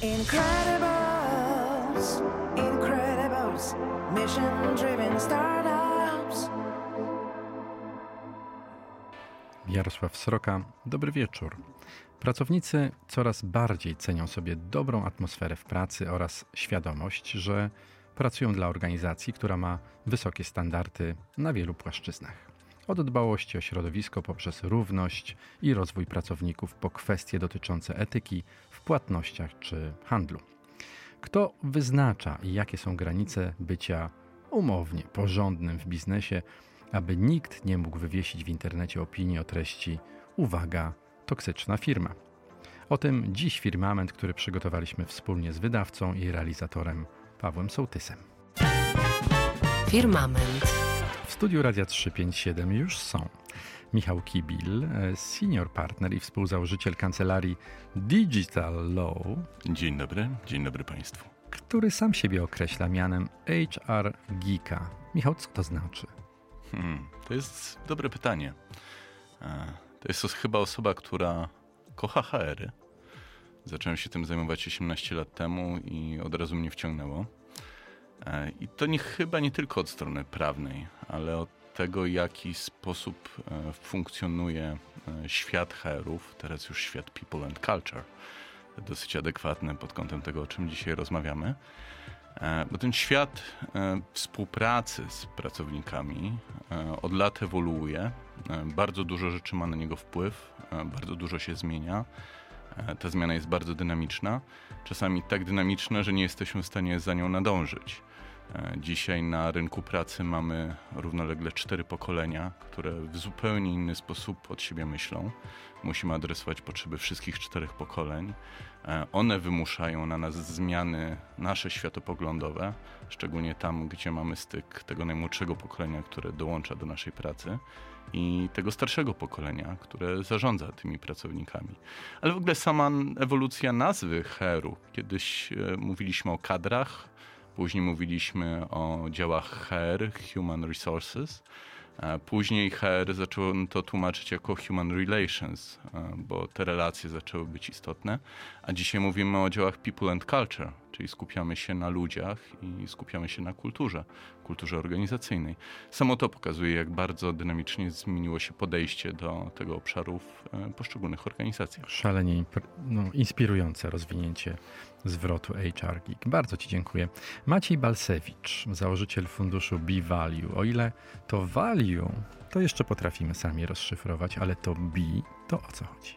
Incredibles, Incredibles, mission-driven startups. Jarosław Sroka, dobry wieczór. Pracownicy coraz bardziej cenią sobie dobrą atmosferę w pracy oraz świadomość, że pracują dla organizacji, która ma wysokie standardy na wielu płaszczyznach. Od dbałości o środowisko poprzez równość i rozwój pracowników po kwestie dotyczące etyki w płatnościach czy handlu. Kto wyznacza i jakie są granice bycia umownie porządnym w biznesie, aby nikt nie mógł wywiesić w internecie opinii o treści uwaga, toksyczna firma. O tym dziś firmament, który przygotowaliśmy wspólnie z wydawcą i realizatorem Pawłem Sołtysem. Firmament. W studiu Radia 357 już są Michał Kibil, senior partner i współzałożyciel kancelarii Digital Law. Dzień dobry Państwu. Który sam siebie określa mianem HR Geeka. Michał, co to znaczy? To jest dobre pytanie. To jest chyba osoba, która kocha HR-y. Zacząłem się tym zajmować 18 lat temu i od razu mnie wciągnęło. I to chyba nie tylko od strony prawnej, ale od tego, w jaki sposób funkcjonuje świat HR-ów, teraz już świat people and culture. Dosyć adekwatny pod kątem tego, o czym dzisiaj rozmawiamy. Bo ten świat współpracy z pracownikami od lat ewoluuje. Bardzo dużo rzeczy ma na niego wpływ, bardzo dużo się zmienia. Ta zmiana jest bardzo dynamiczna, czasami tak dynamiczna, że nie jesteśmy w stanie za nią nadążyć. Dzisiaj na rynku pracy mamy równolegle 4 pokolenia, które w zupełnie inny sposób od siebie myślą. Musimy adresować potrzeby wszystkich 4 pokoleń. One wymuszają na nas zmiany nasze światopoglądowe, szczególnie tam, gdzie mamy styk tego najmłodszego pokolenia, które dołącza do naszej pracy i tego starszego pokolenia, które zarządza tymi pracownikami. Ale w ogóle sama ewolucja nazwy HR-u. Kiedyś mówiliśmy o kadrach, później mówiliśmy o działach HR, Human Resources. Później HR zaczęło to tłumaczyć jako Human Relations, bo te relacje zaczęły być istotne. A dzisiaj mówimy o działach People and Culture, czyli skupiamy się na ludziach i skupiamy się na kulturze organizacyjnej. Samo to pokazuje, jak bardzo dynamicznie zmieniło się podejście do tego obszaru w poszczególnych organizacjach. Szalenie inspirujące rozwinięcie zwrotu HR Geek. Bardzo Ci dziękuję. Maciej Balsewicz, założyciel funduszu B-Value. O ile to value, to jeszcze potrafimy sami rozszyfrować, ale to B, to o co chodzi?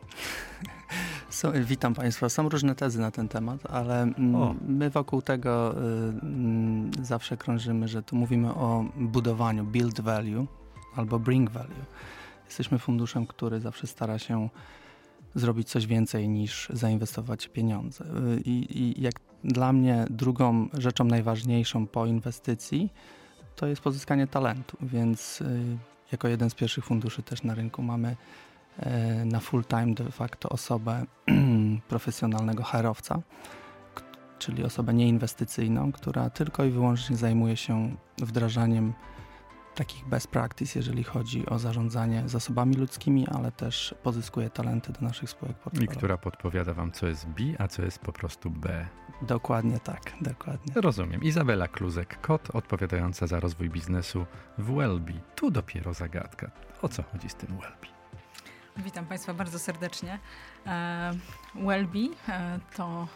Witam Państwa. Są różne tezy na ten temat, ale my wokół tego zawsze krążymy, że tu mówimy o budowaniu, build value albo bring value. Jesteśmy funduszem, który zawsze stara się zrobić coś więcej niż zainwestować pieniądze. I jak dla mnie drugą rzeczą najważniejszą po inwestycji to jest pozyskanie talentu, więc jako jeden z pierwszych funduszy też na rynku mamy na full time de facto osobę profesjonalnego HR-owca, czyli osobę nieinwestycyjną, która tylko i wyłącznie zajmuje się wdrażaniem takich best practice, jeżeli chodzi o zarządzanie zasobami ludzkimi, ale też pozyskuje talenty do naszych spółek portfela. I która podpowiada Wam, co jest B, a co jest po prostu B. Dokładnie tak, dokładnie. Rozumiem. Izabela Kluzek-Kot, odpowiadająca za rozwój biznesu w Wellbe. Tu dopiero zagadka. O co chodzi z tym Wellbe? Witam Państwa bardzo serdecznie. Wellbe to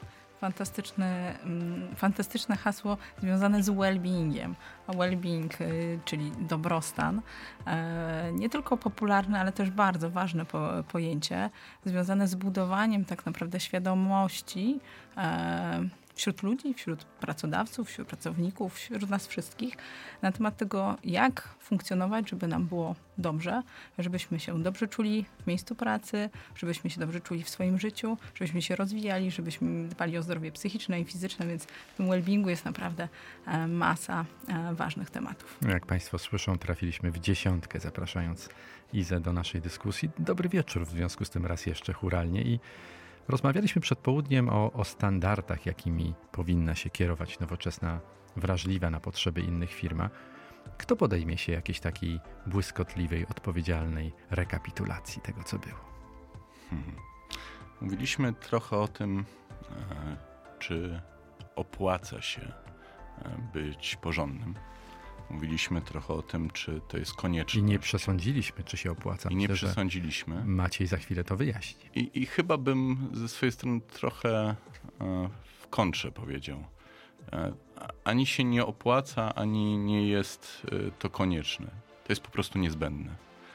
fantastyczne hasło związane z well-beingiem. A well-being, czyli dobrostan, nie tylko popularne, ale też bardzo ważne pojęcie, związane z budowaniem tak naprawdę świadomości wśród ludzi, wśród pracodawców, wśród pracowników, wśród nas wszystkich na temat tego, jak funkcjonować, żeby nam było dobrze, żebyśmy się dobrze czuli w miejscu pracy, żebyśmy się dobrze czuli w swoim życiu, żebyśmy się rozwijali, żebyśmy dbali o zdrowie psychiczne i fizyczne, więc w tym well-beingu jest naprawdę masa ważnych tematów. Jak Państwo słyszą, trafiliśmy w 10, zapraszając Izę do naszej dyskusji. Dobry wieczór w związku z tym raz jeszcze chóralnie i rozmawialiśmy przed południem o standardach, jakimi powinna się kierować nowoczesna, wrażliwa na potrzeby innych firma. Kto podejmie się jakiejś takiej błyskotliwej, odpowiedzialnej rekapitulacji tego, co było? Mówiliśmy trochę o tym czy opłaca się być porządnym. Mówiliśmy trochę o tym, czy to jest konieczne. I nie przesądziliśmy, czy się opłaca. I nie przesądziliśmy. Maciej za chwilę to wyjaśni. I chyba bym ze swojej strony trochę w kontrze powiedział. Ani się nie opłaca, ani nie jest to konieczne. To jest po prostu niezbędne.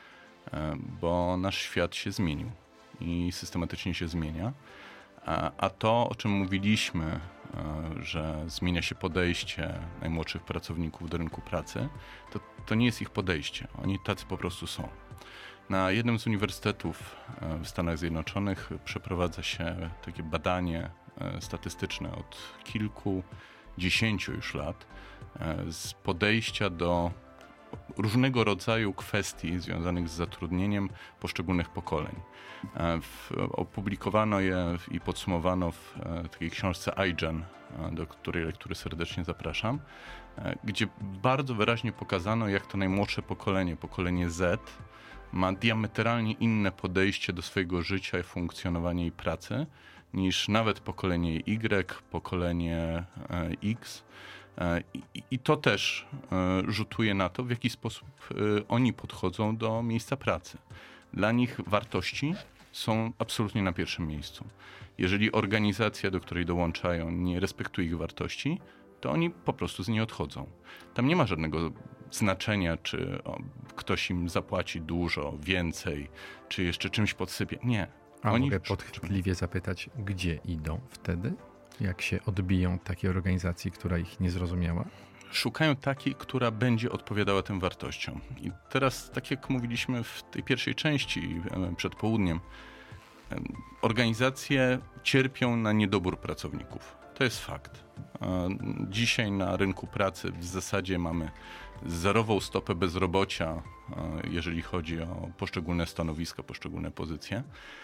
Bo nasz świat się zmienił i systematycznie się zmienia. A to, o czym mówiliśmy, że zmienia się podejście najmłodszych pracowników do rynku pracy, to nie jest ich podejście. Oni tacy po prostu są. Na jednym z uniwersytetów w Stanach Zjednoczonych przeprowadza się takie badanie statystyczne od kilkudziesięciu już lat z podejścia do różnego rodzaju kwestii związanych z zatrudnieniem poszczególnych pokoleń. Opublikowano je i podsumowano w takiej książce iGen, do której lektury serdecznie zapraszam, gdzie bardzo wyraźnie pokazano, jak to najmłodsze pokolenie Z, ma diametralnie inne podejście do swojego życia, funkcjonowania i pracy niż nawet pokolenie Y, pokolenie X. I to też rzutuje na to, w jaki sposób oni podchodzą do miejsca pracy. Dla nich wartości są absolutnie na pierwszym miejscu. Jeżeli organizacja, do której dołączają, nie respektuje ich wartości, to oni po prostu z niej odchodzą. Tam nie ma żadnego znaczenia, czy ktoś im zapłaci dużo, więcej, czy jeszcze czymś podsypie. Nie. A mogę podchwytliwie zapytać, gdzie idą wtedy? Jak się odbiją takiej organizacji, która ich nie zrozumiała? Szukają takiej, która będzie odpowiadała tym wartościom. I teraz, tak jak mówiliśmy w tej pierwszej części przed południem, organizacje cierpią na niedobór pracowników. To jest fakt. Dzisiaj na rynku pracy w zasadzie mamy zerową stopę bezrobocia, jeżeli chodzi o poszczególne stanowiska, poszczególne pozycje.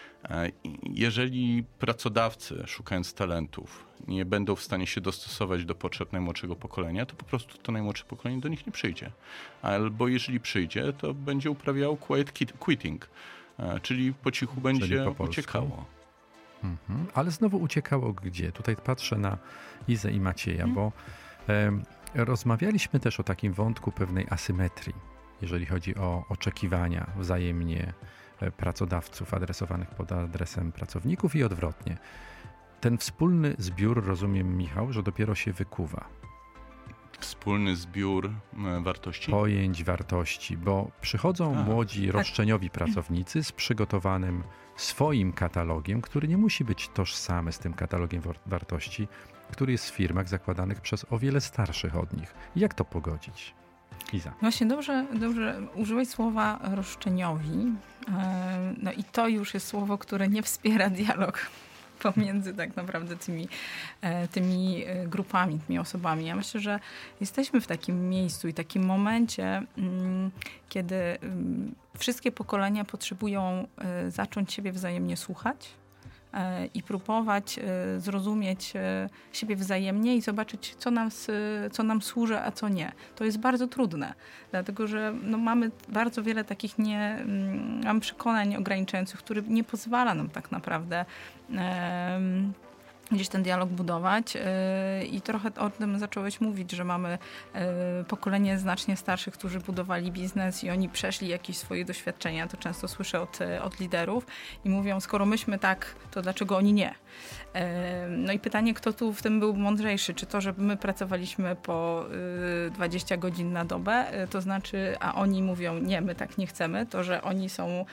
Jeżeli pracodawcy, szukając talentów, nie będą w stanie się dostosować do potrzeb najmłodszego pokolenia, to po prostu to najmłodsze pokolenie do nich nie przyjdzie. Albo jeżeli przyjdzie, to będzie uprawiało quiet quitting, czyli po cichu będzie uciekało. Mhm. Ale znowu uciekało gdzie? Tutaj patrzę na Izę i Macieja, bo rozmawialiśmy też o takim wątku pewnej asymetrii, jeżeli chodzi o oczekiwania wzajemnie pracodawców adresowanych pod adresem pracowników i odwrotnie. Ten wspólny zbiór, rozumiem, Michał, że dopiero się wykuwa. Wspólny zbiór wartości? Pojęć, wartości, bo przychodzą młodzi, roszczeniowi pracownicy z przygotowanym swoim katalogiem, który nie musi być tożsamy z tym katalogiem wartości, który jest w firmach zakładanych przez o wiele starszych od nich. Jak to pogodzić? Iza. Właśnie dobrze użyłeś słowa roszczeniowi. No i to już jest słowo, które nie wspiera dialog pomiędzy tak naprawdę tymi grupami, tymi osobami. Ja myślę, że jesteśmy w takim miejscu i takim momencie, kiedy wszystkie pokolenia potrzebują zacząć siebie wzajemnie słuchać i próbować zrozumieć siebie wzajemnie i zobaczyć, co nam służy, a co nie. To jest bardzo trudne, dlatego że mamy bardzo wiele takich mamy przekonań ograniczających, które nie pozwala nam tak naprawdę gdzieś ten dialog budować i trochę o tym zacząłeś mówić, że mamy pokolenie znacznie starszych, którzy budowali biznes i oni przeszli jakieś swoje doświadczenia. To często słyszę od liderów i mówią, skoro myśmy tak, to dlaczego oni nie? No i pytanie, kto tu w tym był mądrzejszy? Czy to, że my pracowaliśmy po 20 godzin na dobę, to znaczy, a oni mówią, nie, my tak nie chcemy, to, że oni są,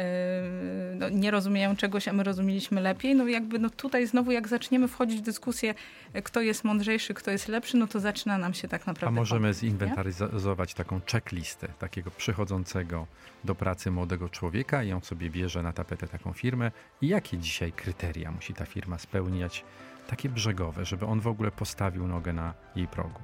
nie rozumieją czegoś, a my rozumieliśmy lepiej, tutaj znowu jak zaczniemy wchodzić w dyskusję, kto jest mądrzejszy, kto jest lepszy, no to zaczyna nam się tak naprawdę A możemy zinwentaryzować taką checklistę takiego przychodzącego do pracy młodego człowieka i on sobie bierze na tapetę taką firmę i jakie dzisiaj kryteria musi ta firma spełniać, takie brzegowe, żeby on w ogóle postawił nogę na jej progu?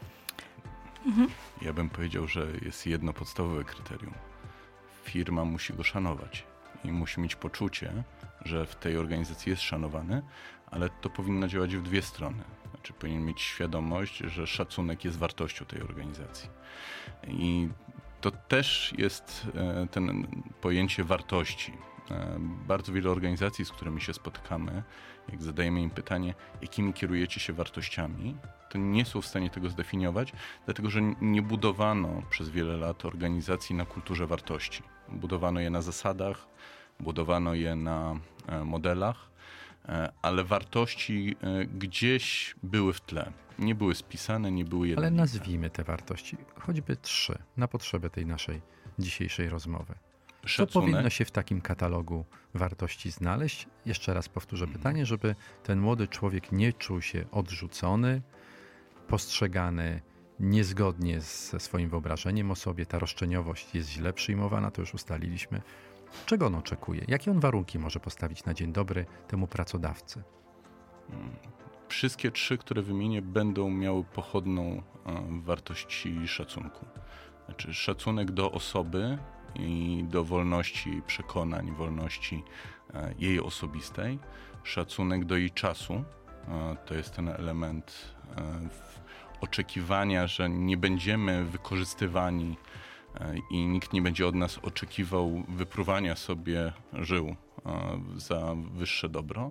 Ja bym powiedział, że jest jedno podstawowe kryterium. Firma musi go szanować i musi mieć poczucie, że w tej organizacji jest szanowany, ale to powinno działać w dwie strony. Znaczy powinien mieć świadomość, że szacunek jest wartością tej organizacji. I to też jest ten pojęcie wartości. Bardzo wiele organizacji, z którymi się spotykamy, jak zadajemy im pytanie, jakimi kierujecie się wartościami, to nie są w stanie tego zdefiniować, dlatego że nie budowano przez wiele lat organizacji na kulturze wartości. Budowano je na zasadach, budowano je na modelach, ale wartości gdzieś były w tle. Nie były spisane, nie były jednolite. Ale nazwijmy te wartości, choćby 3, na potrzebę tej naszej dzisiejszej rozmowy. Co powinno się w takim katalogu wartości znaleźć? Jeszcze raz powtórzę pytanie, żeby ten młody człowiek nie czuł się odrzucony, postrzegany niezgodnie ze swoim wyobrażeniem o sobie. Ta roszczeniowość jest źle przyjmowana, to już ustaliliśmy. Czego on oczekuje? Jakie on warunki może postawić na dzień dobry temu pracodawcy? Wszystkie 3, które wymienię, będą miały pochodną wartości szacunku. Znaczy szacunek do osoby i do wolności przekonań, wolności jej osobistej. Szacunek do jej czasu. To jest ten element oczekiwania, że nie będziemy wykorzystywani i nikt nie będzie od nas oczekiwał wypruwania sobie żył za wyższe dobro.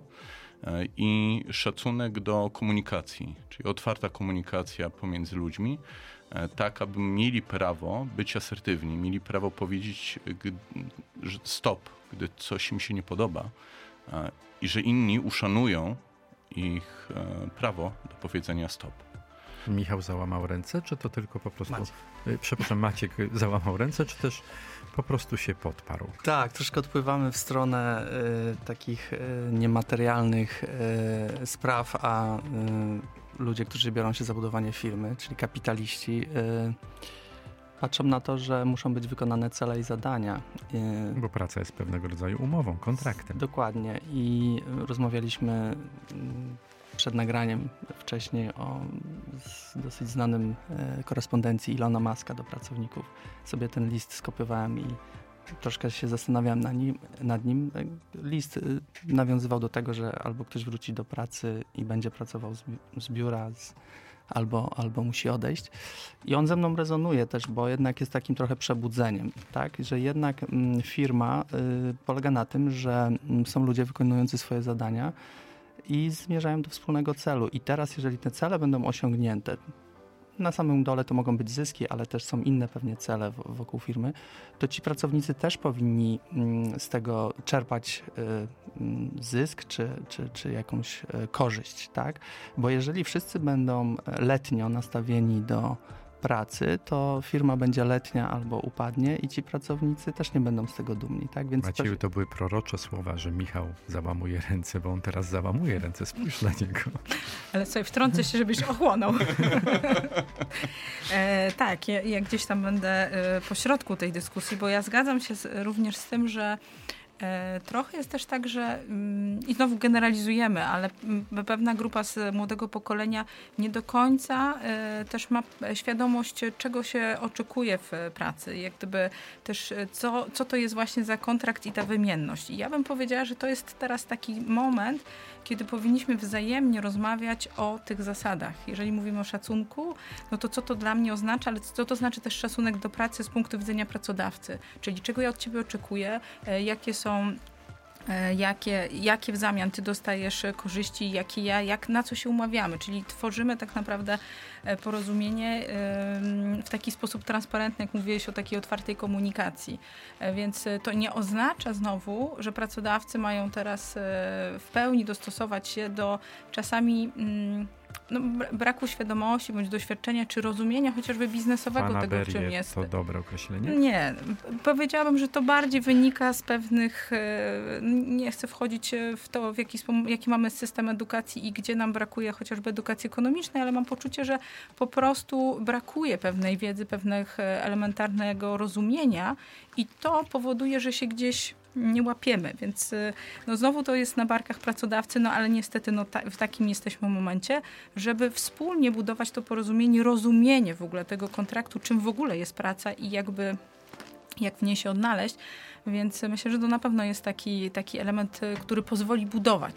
I szacunek do komunikacji, czyli otwarta komunikacja pomiędzy ludźmi, tak aby mieli prawo być asertywni, mieli prawo powiedzieć że stop, gdy coś im się nie podoba i że inni uszanują ich prawo do powiedzenia stop. Michał załamał ręce, czy to tylko po prostu... Maciek załamał ręce, czy też po prostu się podparł? Tak, troszkę odpływamy w stronę takich niematerialnych spraw, a ludzie, którzy biorą się za budowanie firmy, czyli kapitaliści, patrzą na to, że muszą być wykonane cele i zadania. Bo praca jest pewnego rodzaju umową, kontraktem. Dokładnie. I rozmawialiśmy przed nagraniem wcześniej o dosyć znanym korespondencji Ilona Muska do pracowników. Sobie ten list skopiowałem i troszkę się zastanawiałem nad nim. List nawiązywał do tego, że albo ktoś wróci do pracy i będzie pracował z biura, albo musi odejść. I on ze mną rezonuje też, bo jednak jest takim trochę przebudzeniem, tak? Że jednak firma polega na tym, że są ludzie wykonujący swoje zadania i zmierzają do wspólnego celu. I teraz, jeżeli te cele będą osiągnięte, na samym dole to mogą być zyski, ale też są inne pewnie cele wokół firmy, to ci pracownicy też powinni z tego czerpać zysk czy jakąś korzyść, tak? Bo jeżeli wszyscy będą letnio nastawieni do pracy, to firma będzie letnia albo upadnie i ci pracownicy też nie będą z tego dumni. Tak? Więc Macieju, to były prorocze słowa, że Michał załamuje ręce, bo on teraz załamuje ręce. Spójrz na niego. Ale sobie wtrącę się, żebyś ochłonął. Tak, ja gdzieś tam będę po środku tej dyskusji, bo ja zgadzam się również z tym, że trochę jest też tak, że i znowu generalizujemy, ale pewna grupa z młodego pokolenia nie do końca też ma świadomość, czego się oczekuje w pracy. Jak gdyby też, co to jest właśnie za kontrakt i ta wymienność. I ja bym powiedziała, że to jest teraz taki moment, kiedy powinniśmy wzajemnie rozmawiać o tych zasadach. Jeżeli mówimy o szacunku, no to co to dla mnie oznacza, ale co to znaczy też szacunek do pracy z punktu widzenia pracodawcy. Czyli czego ja od ciebie oczekuję, jakie są jakie w zamian ty dostajesz korzyści, jakie ja, na co się umawiamy. Czyli tworzymy tak naprawdę porozumienie w taki sposób transparentny, jak mówiłeś o takiej otwartej komunikacji. Więc to nie oznacza znowu, że pracodawcy mają teraz w pełni dostosować się do czasami braku świadomości bądź doświadczenia czy rozumienia chociażby biznesowego tego, czym jest. To dobre określenie? Nie. Powiedziałabym, że to bardziej wynika z pewnych, nie chcę wchodzić w to, jaki mamy system edukacji i gdzie nam brakuje chociażby edukacji ekonomicznej, ale mam poczucie, że po prostu brakuje pewnej wiedzy, pewnych elementarnego rozumienia i to powoduje, że się gdzieś nie łapiemy, więc znowu to jest na barkach pracodawcy, ale niestety w takim jesteśmy momencie, żeby wspólnie budować to porozumienie, rozumienie w ogóle tego kontraktu, czym w ogóle jest praca i jak w niej się odnaleźć, więc myślę, że to na pewno jest taki element, który pozwoli budować.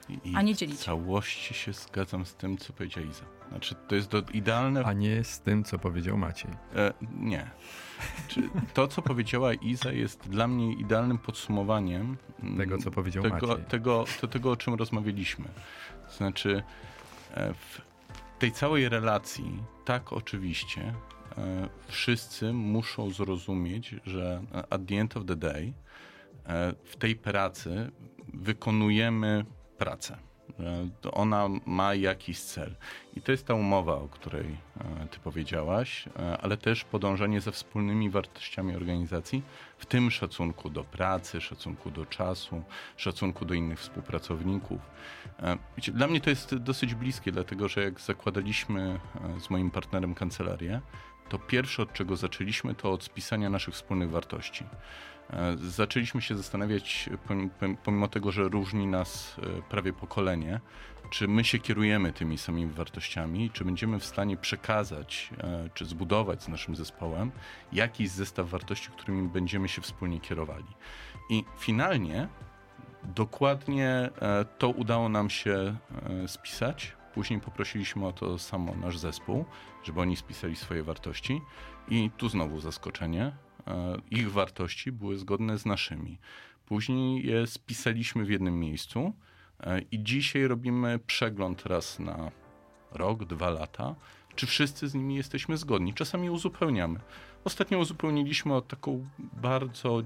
I a nie dzielić. w całości się zgadzam z tym, co powiedziała Iza. Znaczy, to jest idealne... A nie z tym, co powiedział Maciej. Nie. To, co powiedziała Iza, jest dla mnie idealnym podsumowaniem tego, co powiedział Maciej. Tego, o czym rozmawialiśmy. To znaczy, w tej całej relacji, tak oczywiście, wszyscy muszą zrozumieć, że at the end of the day w tej pracy wykonujemy pracę. Ona ma jakiś cel. I to jest ta umowa, o której ty powiedziałaś, ale też podążanie za wspólnymi wartościami organizacji, w tym szacunku do pracy, szacunku do czasu, szacunku do innych współpracowników. Wiecie, dla mnie to jest dosyć bliskie, dlatego że jak zakładaliśmy z moim partnerem kancelarię, to pierwsze, od czego zaczęliśmy, to od spisania naszych wspólnych wartości. Zaczęliśmy się zastanawiać, pomimo tego, że różni nas prawie pokolenie, czy my się kierujemy tymi samymi wartościami, czy będziemy w stanie przekazać, czy zbudować z naszym zespołem jakiś zestaw wartości, którymi będziemy się wspólnie kierowali. I finalnie dokładnie to udało nam się spisać. Później poprosiliśmy o to samo nasz zespół, żeby oni spisali swoje wartości i tu znowu zaskoczenie. Ich wartości były zgodne z naszymi. Później je spisaliśmy w jednym miejscu i dzisiaj robimy przegląd raz na rok, 2 lata, czy wszyscy z nimi jesteśmy zgodni. Czasami uzupełniamy. Ostatnio uzupełniliśmy o taką bardzo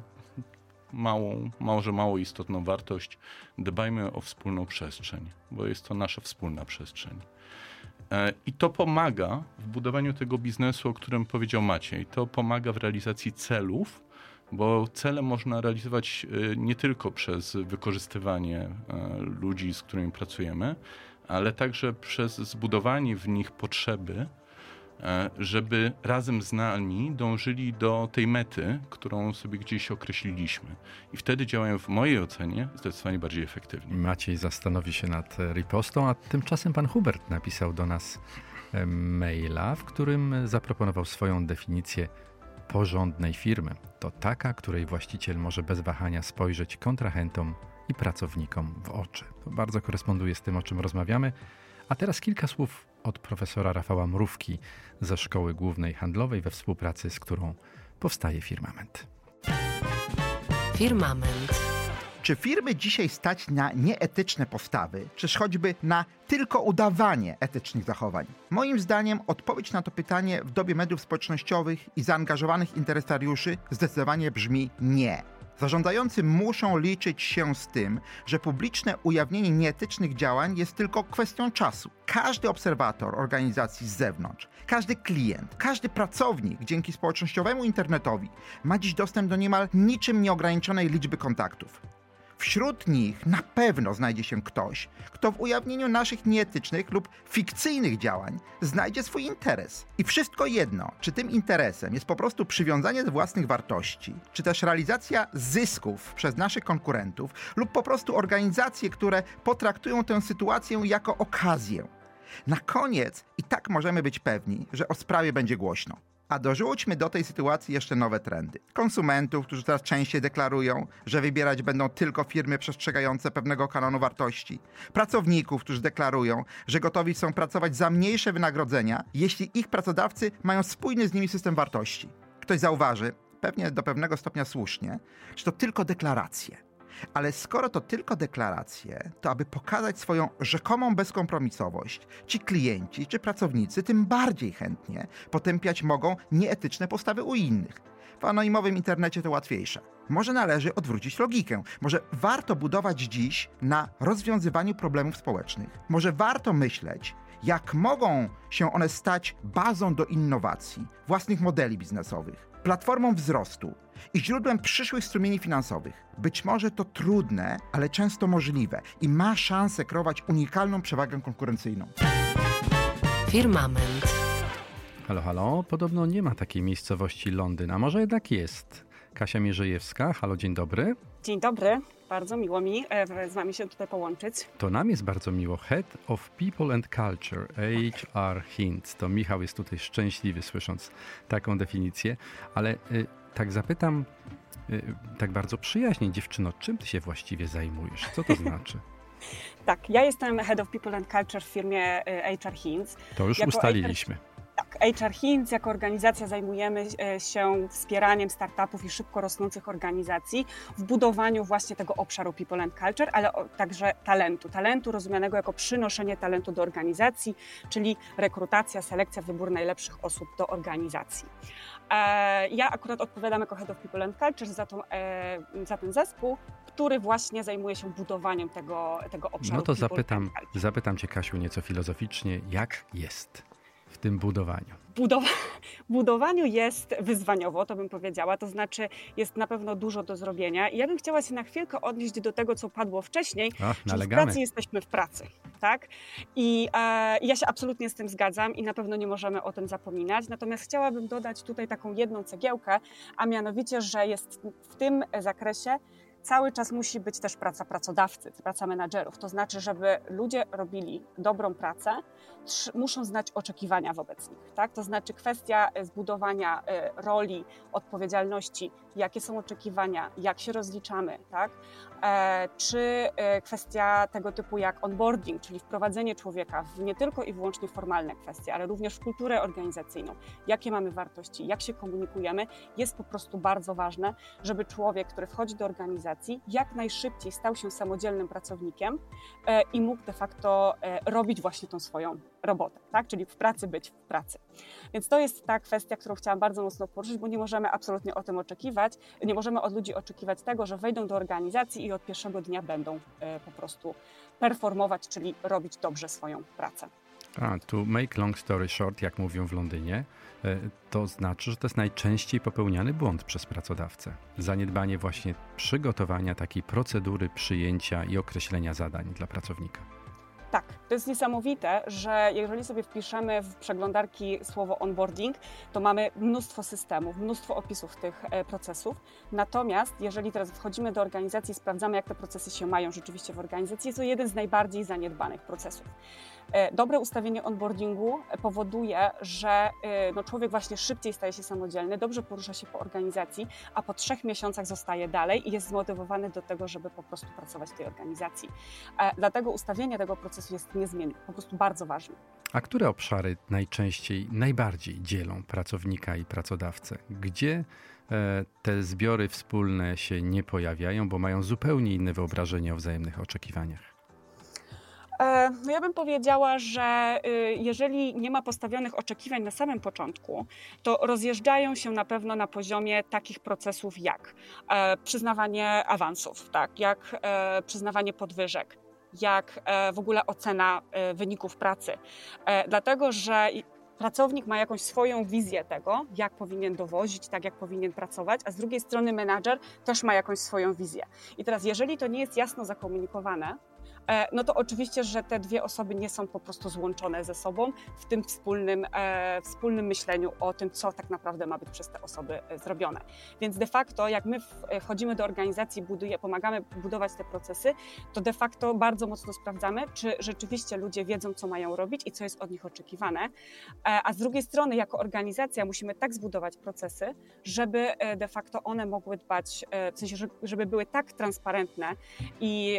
może mało istotną wartość. Dbajmy o wspólną przestrzeń, bo jest to nasza wspólna przestrzeń. I to pomaga w budowaniu tego biznesu, o którym powiedział Maciej. To pomaga w realizacji celów, bo cele można realizować nie tylko przez wykorzystywanie ludzi, z którymi pracujemy, ale także przez zbudowanie w nich potrzeby, żeby razem z nami dążyli do tej mety, którą sobie gdzieś określiliśmy. I wtedy działają w mojej ocenie zdecydowanie bardziej efektywnie. Maciej zastanowi się nad ripostą, a tymczasem pan Hubert napisał do nas maila, w którym zaproponował swoją definicję porządnej firmy. To taka, której właściciel może bez wahania spojrzeć kontrahentom i pracownikom w oczy. To bardzo koresponduje z tym, o czym rozmawiamy. A teraz kilka słów od profesora Rafała Mrówki ze Szkoły Głównej Handlowej, we współpracy z którą powstaje Firmament. Firmament. Czy firmy dzisiaj stać na nieetyczne postawy, czy choćby na tylko udawanie etycznych zachowań? Moim zdaniem odpowiedź na to pytanie w dobie mediów społecznościowych i zaangażowanych interesariuszy zdecydowanie brzmi nie. Zarządzający muszą liczyć się z tym, że publiczne ujawnienie nieetycznych działań jest tylko kwestią czasu. Każdy obserwator organizacji z zewnątrz, każdy klient, każdy pracownik dzięki społecznościowemu internetowi ma dziś dostęp do niemal niczym nieograniczonej liczby kontaktów. Wśród nich na pewno znajdzie się ktoś, kto w ujawnieniu naszych nieetycznych lub fikcyjnych działań znajdzie swój interes. I wszystko jedno, czy tym interesem jest po prostu przywiązanie do własnych wartości, czy też realizacja zysków przez naszych konkurentów lub po prostu organizacje, które potraktują tę sytuację jako okazję. Na koniec i tak możemy być pewni, że o sprawie będzie głośno. A dorzućmy do tej sytuacji jeszcze nowe trendy. Konsumentów, którzy coraz częściej deklarują, że wybierać będą tylko firmy przestrzegające pewnego kanonu wartości. Pracowników, którzy deklarują, że gotowi są pracować za mniejsze wynagrodzenia, jeśli ich pracodawcy mają spójny z nimi system wartości. Ktoś zauważy, pewnie do pewnego stopnia słusznie, że to tylko deklaracje. Ale skoro to tylko deklaracje, to aby pokazać swoją rzekomą bezkompromisowość, ci klienci czy pracownicy tym bardziej chętnie potępiać mogą nieetyczne postawy u innych. W anonimowym internecie to łatwiejsze. Może należy odwrócić logikę. Może warto budować dziś na rozwiązywaniu problemów społecznych. Może warto myśleć, jak mogą się one stać bazą do innowacji, własnych modeli biznesowych, platformą wzrostu i źródłem przyszłych strumieni finansowych. Być może to trudne, ale często możliwe i ma szansę kreować unikalną przewagę konkurencyjną. Firmament. Halo, halo. Podobno nie ma takiej miejscowości Londyn, a może jednak jest. Kasia Mierzejewska, halo, dzień dobry. Dzień dobry, bardzo miło mi z wami się tutaj połączyć. To nam jest bardzo miło. Head of People and Culture, HR Hints. To Michał jest tutaj szczęśliwy, słysząc taką definicję. Ale tak zapytam, tak bardzo przyjaźnie, dziewczyno, czym ty się właściwie zajmujesz? Co to znaczy? Tak, ja jestem Head of People and Culture w firmie HR Hints. To już ustaliliśmy. HR Hints jako organizacja zajmujemy się wspieraniem startupów i szybko rosnących organizacji w budowaniu właśnie tego obszaru People and Culture, ale także talentu rozumianego jako przynoszenie talentu do organizacji, czyli rekrutacja, selekcja, wybór najlepszych osób do organizacji. Ja akurat odpowiadam jako Head of People and Culture za ten zespół, który właśnie zajmuje się budowaniem tego obszaru. No to zapytam Cię, Kasiu, nieco filozoficznie, jak jest w tym budowaniu? Budowaniu jest wyzwaniowo, to bym powiedziała, to znaczy jest na pewno dużo do zrobienia i ja bym chciała się na chwilkę odnieść do tego, co padło wcześniej, że w pracy jesteśmy w pracy, tak? I ja się absolutnie z tym zgadzam i na pewno nie możemy o tym zapominać, natomiast chciałabym dodać tutaj taką jedną cegiełkę, a mianowicie, że jest w tym zakresie cały czas musi być też praca pracodawcy, praca menadżerów. To znaczy, żeby ludzie robili dobrą pracę, muszą znać oczekiwania wobec nich. Tak? To znaczy kwestia zbudowania roli, odpowiedzialności, jakie są oczekiwania, jak się rozliczamy, tak? Czy kwestia tego typu jak onboarding, czyli wprowadzenie człowieka w nie tylko i wyłącznie formalne kwestie, ale również w kulturę organizacyjną, jakie mamy wartości, jak się komunikujemy, jest po prostu bardzo ważne, żeby człowiek, który wchodzi do organizacji, jak najszybciej stał się samodzielnym pracownikiem i mógł de facto robić właśnie tą swoją robotę, tak? Czyli w pracy być w pracy. Więc to jest ta kwestia, którą chciałam bardzo mocno poruszyć, bo nie możemy absolutnie o tym oczekiwać, nie możemy od ludzi oczekiwać tego, że wejdą do organizacji i od pierwszego dnia będą po prostu performować, czyli robić dobrze swoją pracę. To make long story short, jak mówią w Londynie, to znaczy, że to jest najczęściej popełniany błąd przez pracodawcę. Zaniedbanie właśnie przygotowania takiej procedury przyjęcia i określenia zadań dla pracownika. Tak, to jest niesamowite, że jeżeli sobie wpiszemy w przeglądarki słowo onboarding, to mamy mnóstwo systemów, mnóstwo opisów tych procesów. Natomiast jeżeli teraz wchodzimy do organizacji i sprawdzamy, jak te procesy się mają rzeczywiście w organizacji, jest to jeden z najbardziej zaniedbanych procesów. Dobre ustawienie onboardingu powoduje, że człowiek właśnie szybciej staje się samodzielny, dobrze porusza się po organizacji, a po 3 miesiącach zostaje dalej i jest zmotywowany do tego, żeby po prostu pracować w tej organizacji. Dlatego ustawienie tego procesu jest niezmiennie, po prostu bardzo ważne. A które obszary najbardziej dzielą pracownika i pracodawcę? Gdzie te zbiory wspólne się nie pojawiają, bo mają zupełnie inne wyobrażenie o wzajemnych oczekiwaniach? No ja bym powiedziała, że jeżeli nie ma postawionych oczekiwań na samym początku, to rozjeżdżają się na pewno na poziomie takich procesów jak przyznawanie awansów, tak, jak przyznawanie podwyżek, jak w ogóle ocena wyników pracy. Dlatego, że pracownik ma jakąś swoją wizję tego, jak powinien dowozić, tak jak powinien pracować, a z drugiej strony menadżer też ma jakąś swoją wizję. I teraz, jeżeli to nie jest jasno zakomunikowane, no to oczywiście, że te dwie osoby nie są po prostu złączone ze sobą w tym wspólnym myśleniu o tym, co tak naprawdę ma być przez te osoby zrobione. Więc de facto, jak my wchodzimy do organizacji, pomagamy budować te procesy, to de facto bardzo mocno sprawdzamy, czy rzeczywiście ludzie wiedzą, co mają robić i co jest od nich oczekiwane. A z drugiej strony, jako organizacja musimy tak zbudować procesy, żeby de facto one mogły dbać, w sensie, żeby były tak transparentne i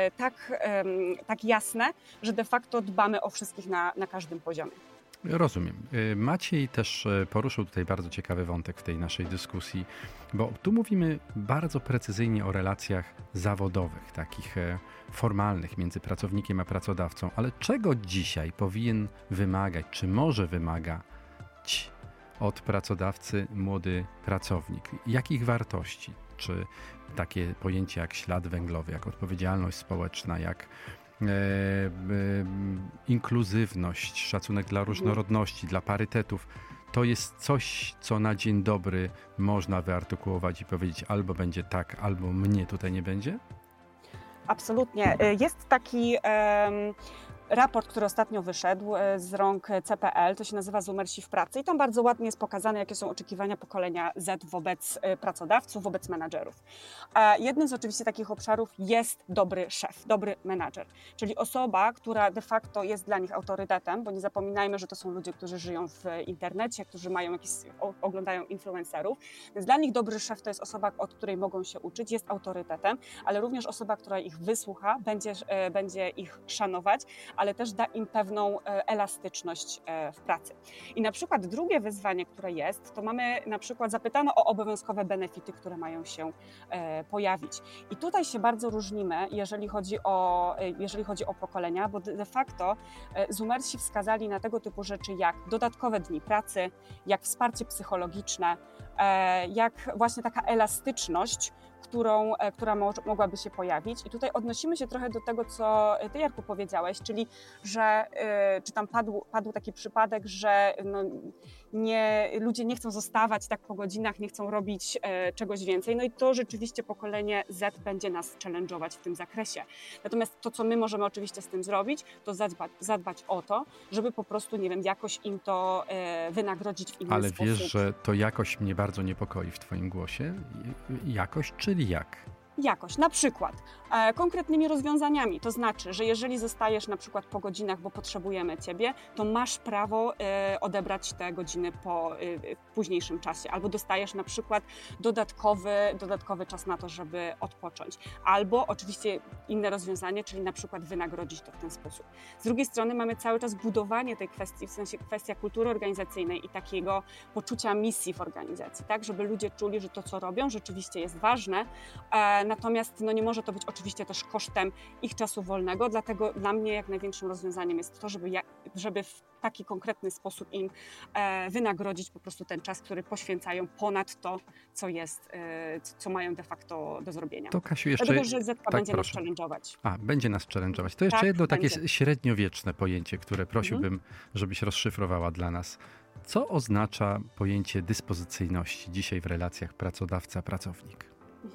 tak jasne, że de facto dbamy o wszystkich na każdym poziomie. Rozumiem. Maciej też poruszył tutaj bardzo ciekawy wątek w tej naszej dyskusji, bo tu mówimy bardzo precyzyjnie o relacjach zawodowych, takich formalnych między pracownikiem a pracodawcą, ale czego dzisiaj powinien wymagać, czy może wymagać od pracodawcy młody pracownik? Jakich wartości? Czy takie pojęcia jak ślad węglowy, jak odpowiedzialność społeczna, jak inkluzywność, szacunek dla różnorodności, dla parytetów, to jest coś, co na dzień dobry można wyartykułować i powiedzieć albo będzie tak, albo mnie tutaj nie będzie? Absolutnie. Jest taki raport, który ostatnio wyszedł z rąk CPL, to się nazywa Zoomersi w pracy i tam bardzo ładnie jest pokazane, jakie są oczekiwania pokolenia Z wobec pracodawców, wobec menadżerów. Jednym z oczywiście takich obszarów jest dobry szef, dobry menadżer, czyli osoba, która de facto jest dla nich autorytetem, bo nie zapominajmy, że to są ludzie, którzy żyją w internecie, którzy oglądają influencerów, więc dla nich dobry szef to jest osoba, od której mogą się uczyć, jest autorytetem, ale również osoba, która ich wysłucha, będzie ich szanować, ale też da im pewną elastyczność w pracy. I na przykład drugie wyzwanie, które jest, to mamy na przykład zapytano o obowiązkowe benefity, które mają się pojawić. I tutaj się bardzo różnimy, jeżeli chodzi o pokolenia, bo de facto Zoomersi wskazali na tego typu rzeczy jak dodatkowe dni pracy, jak wsparcie psychologiczne, jak właśnie taka elastyczność, która mogłaby się pojawić. I tutaj odnosimy się trochę do tego, co ty, Jarku, powiedziałeś, czyli że czy tam padł taki przypadek, że ludzie nie chcą zostawać tak po godzinach, nie chcą robić czegoś więcej. No i to rzeczywiście pokolenie Z będzie nas challenge'ować w tym zakresie. Natomiast to, co my możemy oczywiście z tym zrobić, to zadbać o to, żeby po prostu, nie wiem, jakoś im to wynagrodzić w inny sposób. Ale wiesz, że to jakoś mnie bardzo niepokoi w twoim głosie. Jakoś, czyli jak? Jakoś, na przykład konkretnymi rozwiązaniami, to znaczy, że jeżeli zostajesz na przykład po godzinach, bo potrzebujemy ciebie, to masz prawo odebrać te godziny w późniejszym czasie, albo dostajesz na przykład dodatkowy czas na to, żeby odpocząć, albo oczywiście inne rozwiązanie, czyli na przykład wynagrodzić to w ten sposób. Z drugiej strony mamy cały czas budowanie tej kwestii, w sensie kwestia kultury organizacyjnej i takiego poczucia misji w organizacji, tak, żeby ludzie czuli, że to, co robią, rzeczywiście jest ważne. Natomiast nie może to być oczywiście też kosztem ich czasu wolnego, dlatego dla mnie jak największym rozwiązaniem jest to, żeby w taki konkretny sposób im wynagrodzić po prostu ten czas, który poświęcają ponad to, co mają de facto do zrobienia. To Kasiu jeszcze... Dlatego, że ZK będzie nas challenge'ować. Będzie nas challenge'ować. To jeszcze jedno takie średniowieczne pojęcie, które prosiłbym, żebyś rozszyfrowała dla nas. Co oznacza pojęcie dyspozycyjności dzisiaj w relacjach pracodawca-pracownik?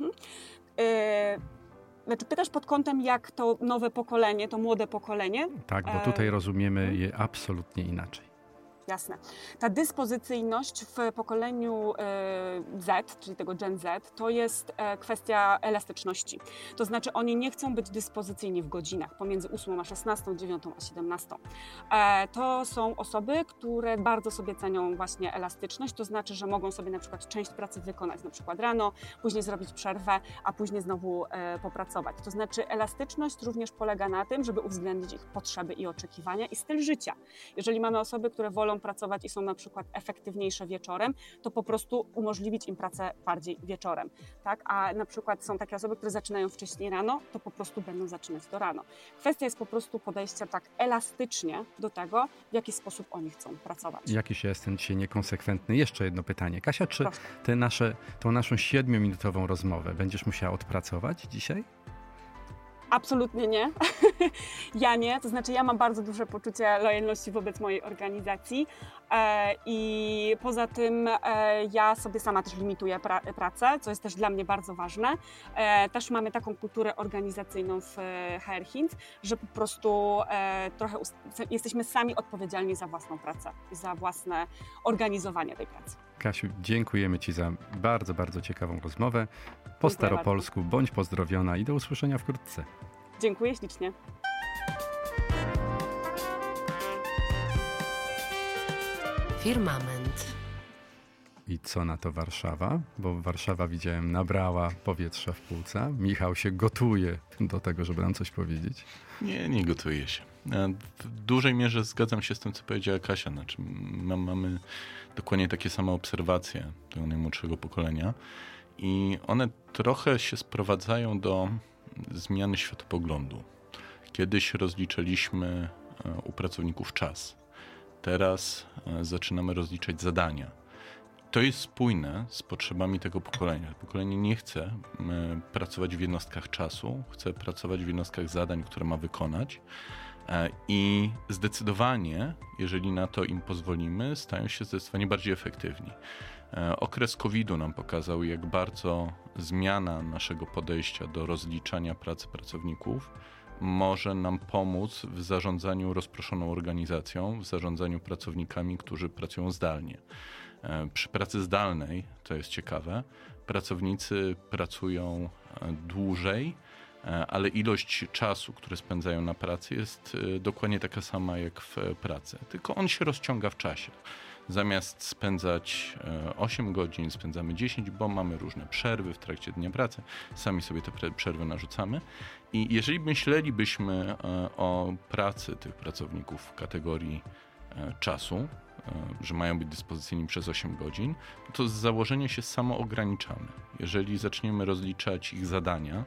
Znaczy pytasz pod kątem, jak to nowe pokolenie, to młode pokolenie? Tak, bo tutaj rozumiemy je absolutnie inaczej. Jasne. Ta dyspozycyjność w pokoleniu Z, czyli tego Gen Z, to jest kwestia elastyczności. To znaczy oni nie chcą być dyspozycyjni w godzinach pomiędzy 8 a 16, 9 a 17. To są osoby, które bardzo sobie cenią właśnie elastyczność, to znaczy, że mogą sobie na przykład część pracy wykonać na przykład rano, później zrobić przerwę, a później znowu popracować. To znaczy elastyczność również polega na tym, żeby uwzględnić ich potrzeby i oczekiwania i styl życia. Jeżeli mamy osoby, które wolą pracować i są na przykład efektywniejsze wieczorem, to po prostu umożliwić im pracę bardziej wieczorem. Tak? A na przykład są takie osoby, które zaczynają wcześniej rano, to po prostu będą zaczynać to rano. Kwestia jest po prostu podejścia tak elastycznie do tego, w jaki sposób oni chcą pracować. Jakiś ja jestem dzisiaj niekonsekwentny. Jeszcze jedno pytanie. Kasia, czy tą naszą 7-minutową rozmowę będziesz musiała odpracować dzisiaj? Absolutnie nie. Ja nie. To znaczy ja mam bardzo duże poczucie lojalności wobec mojej organizacji i poza tym ja sobie sama też limituję pracę, co jest też dla mnie bardzo ważne. Też mamy taką kulturę organizacyjną w HR Hints, że po prostu trochę jesteśmy sami odpowiedzialni za własną pracę i za własne organizowanie tej pracy. Kasiu, dziękujemy Ci za bardzo, bardzo ciekawą rozmowę. Po staropolsku, bądź pozdrowiona i do usłyszenia wkrótce. Dziękuję ślicznie. Firmament. I co na to Warszawa? Bo Warszawa, widziałem, nabrała powietrza w płuca. Michał się gotuje do tego, żeby nam coś powiedzieć. Nie gotuje się. W dużej mierze zgadzam się z tym, co powiedziała Kasia. Znaczy, mamy dokładnie takie same obserwacje tego najmłodszego pokolenia i one trochę się sprowadzają do zmiany światopoglądu. Kiedyś rozliczaliśmy u pracowników czas. Teraz zaczynamy rozliczać zadania. To jest spójne z potrzebami tego pokolenia. Pokolenie nie chce pracować w jednostkach czasu, chce pracować w jednostkach zadań, które ma wykonać. I zdecydowanie, jeżeli na to im pozwolimy, stają się zdecydowanie bardziej efektywni. Okres COVID-u nam pokazał, jak bardzo zmiana naszego podejścia do rozliczania pracy pracowników może nam pomóc w zarządzaniu rozproszoną organizacją, w zarządzaniu pracownikami, którzy pracują zdalnie. Przy pracy zdalnej, to jest ciekawe, pracownicy pracują dłużej, ale ilość czasu, który spędzają na pracy, jest dokładnie taka sama jak w pracy, tylko on się rozciąga w czasie. Zamiast spędzać 8 godzin, spędzamy 10, bo mamy różne przerwy w trakcie dnia pracy. Sami sobie te przerwy narzucamy. I jeżeli myślelibyśmy o pracy tych pracowników w kategorii czasu, że mają być dyspozycyjni przez 8 godzin, to z założenia się samo ograniczamy. Jeżeli zaczniemy rozliczać ich zadania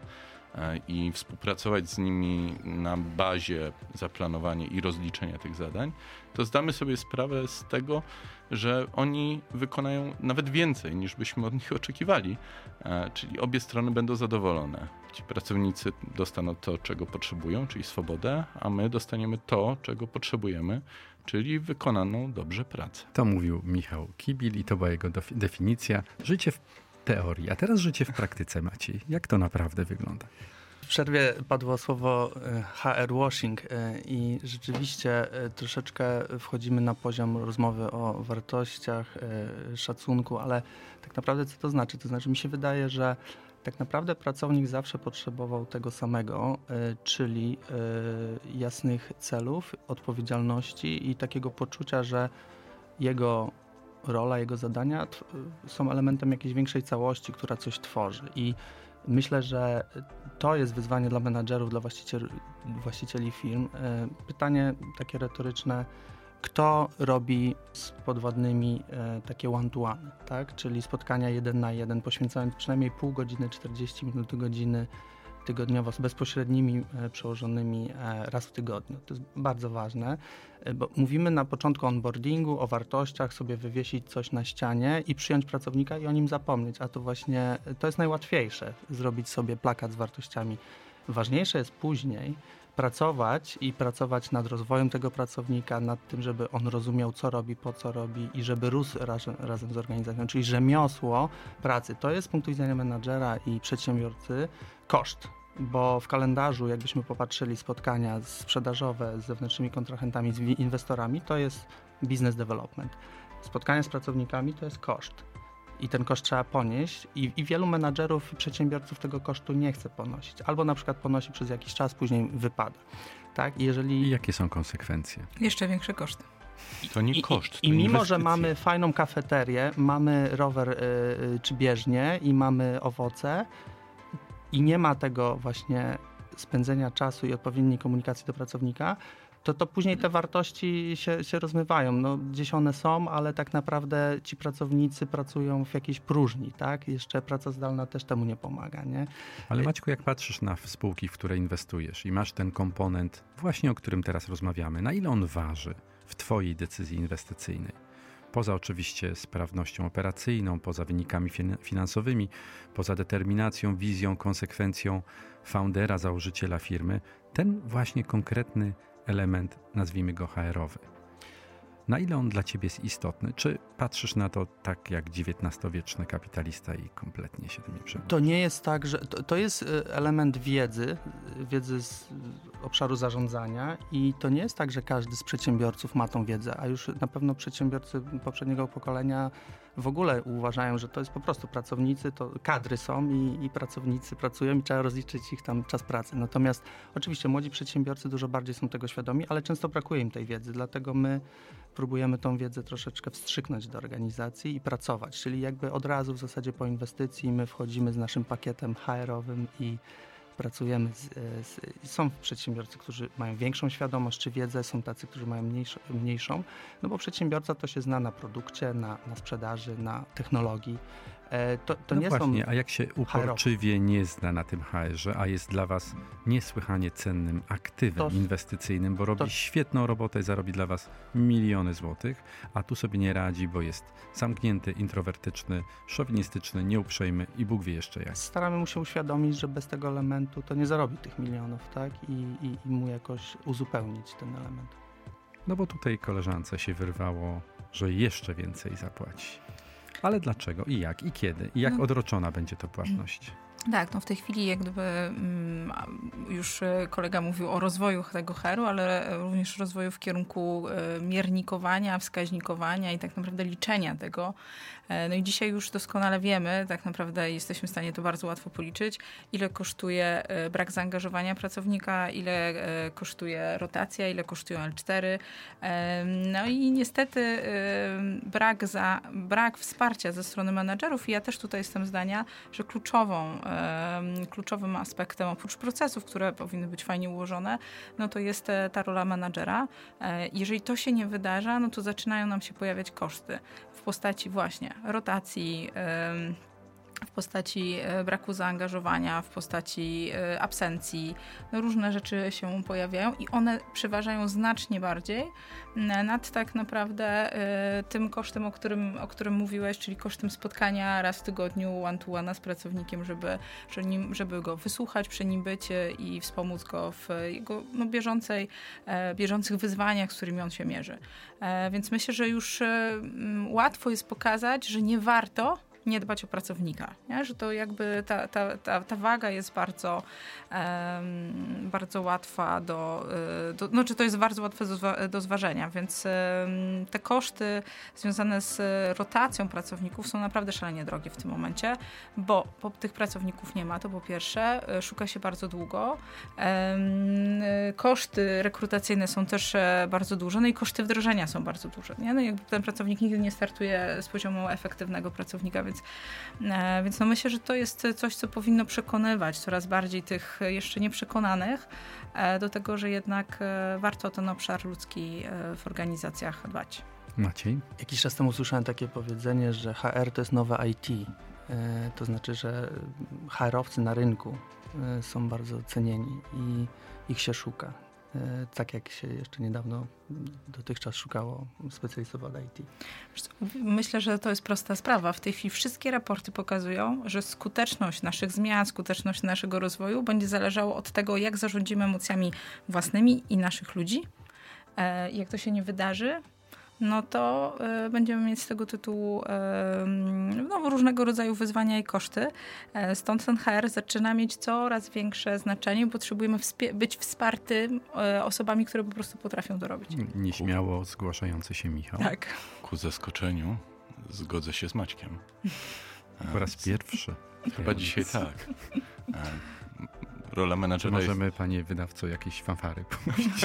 i współpracować z nimi na bazie zaplanowania i rozliczenia tych zadań, to zdamy sobie sprawę z tego, że oni wykonają nawet więcej, niż byśmy od nich oczekiwali, czyli obie strony będą zadowolone. Ci pracownicy dostaną to, czego potrzebują, czyli swobodę, a my dostaniemy to, czego potrzebujemy, czyli wykonaną dobrze pracę. To mówił Michał Kibil i to była jego definicja. Życie w teorii, a teraz życie w praktyce, Maciej. Jak to naprawdę wygląda? W przerwie padło słowo HR washing i rzeczywiście troszeczkę wchodzimy na poziom rozmowy o wartościach, szacunku, ale tak naprawdę co to znaczy? To znaczy mi się wydaje, że tak naprawdę pracownik zawsze potrzebował tego samego, czyli jasnych celów, odpowiedzialności i takiego poczucia, że jego rola, jego zadania są elementem jakiejś większej całości, która coś tworzy. I myślę, że to jest wyzwanie dla menadżerów, dla właścicieli firm. Pytanie takie retoryczne, kto robi z podwładnymi takie one-to-one, tak? Czyli spotkania 1 na 1, poświęcając przynajmniej pół godziny, 40 minut do godziny tygodniowo z bezpośrednimi przełożonymi raz w tygodniu. To jest bardzo ważne, bo mówimy na początku onboardingu o wartościach, sobie wywiesić coś na ścianie i przyjąć pracownika i o nim zapomnieć, a to właśnie to jest najłatwiejsze, zrobić sobie plakat z wartościami. Ważniejsze jest później pracować nad rozwojem tego pracownika, nad tym, żeby on rozumiał, co robi, po co robi i żeby rósł razem z organizacją. Czyli rzemiosło pracy to jest z punktu widzenia menadżera i przedsiębiorcy koszt, bo w kalendarzu, jakbyśmy popatrzyli, spotkania sprzedażowe z zewnętrznymi kontrahentami, z inwestorami, to jest business development. Spotkania z pracownikami to jest koszt. I ten koszt trzeba ponieść i wielu menadżerów i przedsiębiorców tego kosztu nie chce ponosić. Albo na przykład ponosi przez jakiś czas, później wypada. Tak? I jakie są konsekwencje? Jeszcze większe koszty. To nie koszt, I mimo, że mamy fajną kafeterię, mamy rower czy bieżnię i mamy owoce i nie ma tego właśnie spędzenia czasu i odpowiedniej komunikacji do pracownika, to później te wartości się rozmywają. No, gdzieś one są, ale tak naprawdę ci pracownicy pracują w jakiejś próżni, tak? Jeszcze praca zdalna też temu nie pomaga, nie? Ale Maćku, jak patrzysz na spółki, w które inwestujesz i masz ten komponent właśnie, o którym teraz rozmawiamy, na ile on waży w twojej decyzji inwestycyjnej? Poza oczywiście sprawnością operacyjną, poza wynikami finansowymi, poza determinacją, wizją, konsekwencją foundera, założyciela firmy, ten właśnie konkretny element, nazwijmy go HR-owy. Na ile on dla ciebie jest istotny? Czy patrzysz na to tak jak XIX-wieczny kapitalista i kompletnie się tym nie przejmujesz? To nie jest tak, że to jest element wiedzy z obszaru zarządzania i to nie jest tak, że każdy z przedsiębiorców ma tą wiedzę, a już na pewno przedsiębiorcy poprzedniego pokolenia w ogóle uważają, że to jest po prostu pracownicy, to kadry są i pracownicy pracują i trzeba rozliczyć ich tam czas pracy. Natomiast oczywiście młodzi przedsiębiorcy dużo bardziej są tego świadomi, ale często brakuje im tej wiedzy, dlatego my próbujemy tą wiedzę troszeczkę wstrzyknąć do organizacji i pracować, czyli jakby od razu w zasadzie po inwestycji my wchodzimy z naszym pakietem HR-owym i pracujemy są przedsiębiorcy, którzy mają większą świadomość czy wiedzę, są tacy, którzy mają mniejszą, no bo przedsiębiorca to się zna na produkcie, na sprzedaży, na technologii. To no nie właśnie, są a jak się uporczywie nie zna na tym HR-ze, a jest dla was niesłychanie cennym aktywem inwestycyjnym, bo robi świetną robotę i zarobi dla was miliony złotych, a tu sobie nie radzi, bo jest zamknięty, introwertyczny, szowinistyczny, nieuprzejmy i Bóg wie jeszcze jak. Staramy mu się uświadomić, że bez tego elementu to nie zarobi tych milionów, tak? I mu jakoś uzupełnić ten element. No bo tutaj koleżance się wyrwało, że jeszcze więcej zapłaci. Ale dlaczego? I jak? I kiedy? I jak odroczona będzie to płatność? Tak, no w tej chwili jak gdyby już kolega mówił o rozwoju tego HR-u, ale również rozwoju w kierunku miernikowania, wskaźnikowania i tak naprawdę liczenia tego. No i dzisiaj już doskonale wiemy, tak naprawdę jesteśmy w stanie to bardzo łatwo policzyć, ile kosztuje brak zaangażowania pracownika, ile kosztuje rotacja, ile kosztują L4. No i niestety brak wsparcia ze strony menadżerów i ja też tutaj jestem zdania, że kluczowym aspektem, oprócz procesów, które powinny być fajnie ułożone, no to jest ta rola menadżera. Jeżeli to się nie wydarza, no to zaczynają nam się pojawiać koszty w postaci właśnie rotacji, w postaci braku zaangażowania, w postaci absencji. No różne rzeczy się pojawiają i one przeważają znacznie bardziej nad tak naprawdę tym kosztem, o którym mówiłeś, czyli kosztem spotkania raz w tygodniu one-to-one z pracownikiem, żeby go wysłuchać, przy nim być i wspomóc go w jego bieżących wyzwaniach, z którymi on się mierzy. Więc myślę, że już łatwo jest pokazać, że nie warto nie dbać o pracownika, nie? Że to jakby ta waga jest bardzo łatwa czy to jest bardzo łatwe do zważenia, więc te koszty związane z rotacją pracowników są naprawdę szalenie drogie w tym momencie, bo tych pracowników nie ma, to po pierwsze, szuka się bardzo długo, koszty rekrutacyjne są też bardzo duże, no i koszty wdrożenia są bardzo duże, nie? No jakby ten pracownik nigdy nie startuje z poziomu efektywnego pracownika, więc no myślę, że to jest coś, co powinno przekonywać coraz bardziej tych jeszcze nieprzekonanych do tego, że jednak warto o ten obszar ludzki w organizacjach dbać. Maciej? Jakiś czas temu słyszałem takie powiedzenie, że HR to jest nowe IT. To znaczy, że HR-owcy na rynku są bardzo cenieni i ich się szuka. Tak jak się jeszcze niedawno dotychczas szukało specjalistów od IT. Myślę, że to jest prosta sprawa. W tej chwili wszystkie raporty pokazują, że skuteczność naszych zmian, skuteczność naszego rozwoju będzie zależało od tego, jak zarządzimy emocjami własnymi i naszych ludzi. Jak to się nie wydarzy, no to będziemy mieć z tego tytułu różnego rodzaju wyzwania i koszty. Stąd ten HR zaczyna mieć coraz większe znaczenie. Potrzebujemy być wspartym osobami, które po prostu potrafią to robić. Nieśmiało zgłaszający się Michał. Tak. Ku zaskoczeniu zgodzę się z Maćkiem. Po raz pierwszy. Chyba dzisiaj tak. Rola menadżera możemy, panie wydawco, jakieś fanfary puścić?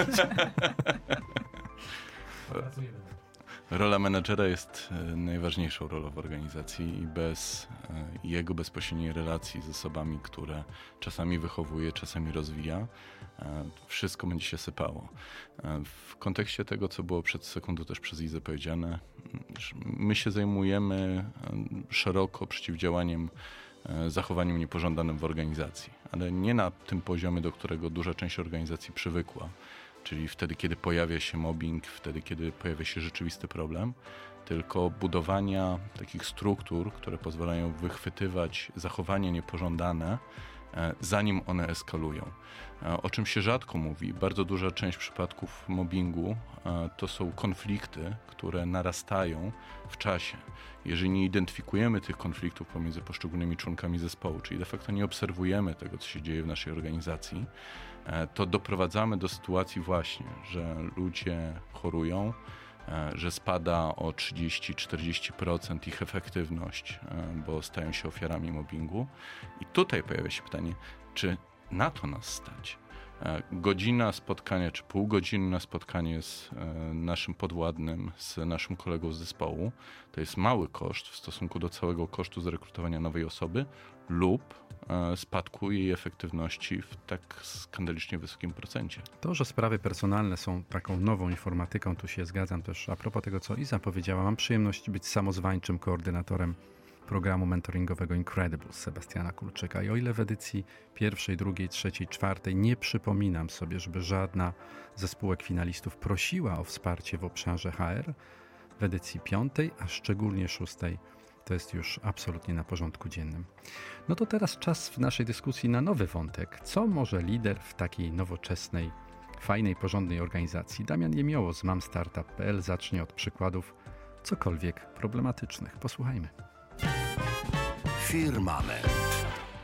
Rola menadżera jest najważniejszą rolą w organizacji i bez jego bezpośredniej relacji z osobami, które czasami wychowuje, czasami rozwija, wszystko będzie się sypało. W kontekście tego, co było przed sekundą też przez Izę powiedziane, my się zajmujemy szeroko przeciwdziałaniem zachowaniom niepożądanym w organizacji, ale nie na tym poziomie, do którego duża część organizacji przywykła. Czyli wtedy, kiedy pojawia się mobbing, wtedy, kiedy pojawia się rzeczywisty problem, tylko budowania takich struktur, które pozwalają wychwytywać zachowania niepożądane, zanim one eskalują. O czym się rzadko mówi, bardzo duża część przypadków mobbingu to są konflikty, które narastają w czasie. Jeżeli nie identyfikujemy tych konfliktów pomiędzy poszczególnymi członkami zespołu, czyli de facto nie obserwujemy tego, co się dzieje w naszej organizacji, to doprowadzamy do sytuacji właśnie, że ludzie chorują, że spada o 30-40% ich efektywność, bo stają się ofiarami mobbingu. I tutaj pojawia się pytanie, czy na to nas stać? Godzina spotkania, czy pół godziny na spotkanie z naszym podwładnym, z naszym kolegą z zespołu, to jest mały koszt w stosunku do całego kosztu zrekrutowania nowej osoby lub spadku jej efektywności w tak skandalicznie wysokim procencie. To, że sprawy personalne są taką nową informatyką, tu się zgadzam też. A propos tego, co Iza powiedziała, mam przyjemność być samozwańczym koordynatorem programu mentoringowego Incredible Sebastiana Kulczyka. I o ile w edycji 1., 2., 3., 4. nie przypominam sobie, żeby żadna ze spółek finalistów prosiła o wsparcie w obszarze HR, w edycji 5., a szczególnie 6. to jest już absolutnie na porządku dziennym. No to teraz czas w naszej dyskusji na nowy wątek. Co może lider w takiej nowoczesnej, fajnej, porządnej organizacji? Damian Jemioło z mamstartup.pl zacznie od przykładów cokolwiek problematycznych. Posłuchajmy. Firmament.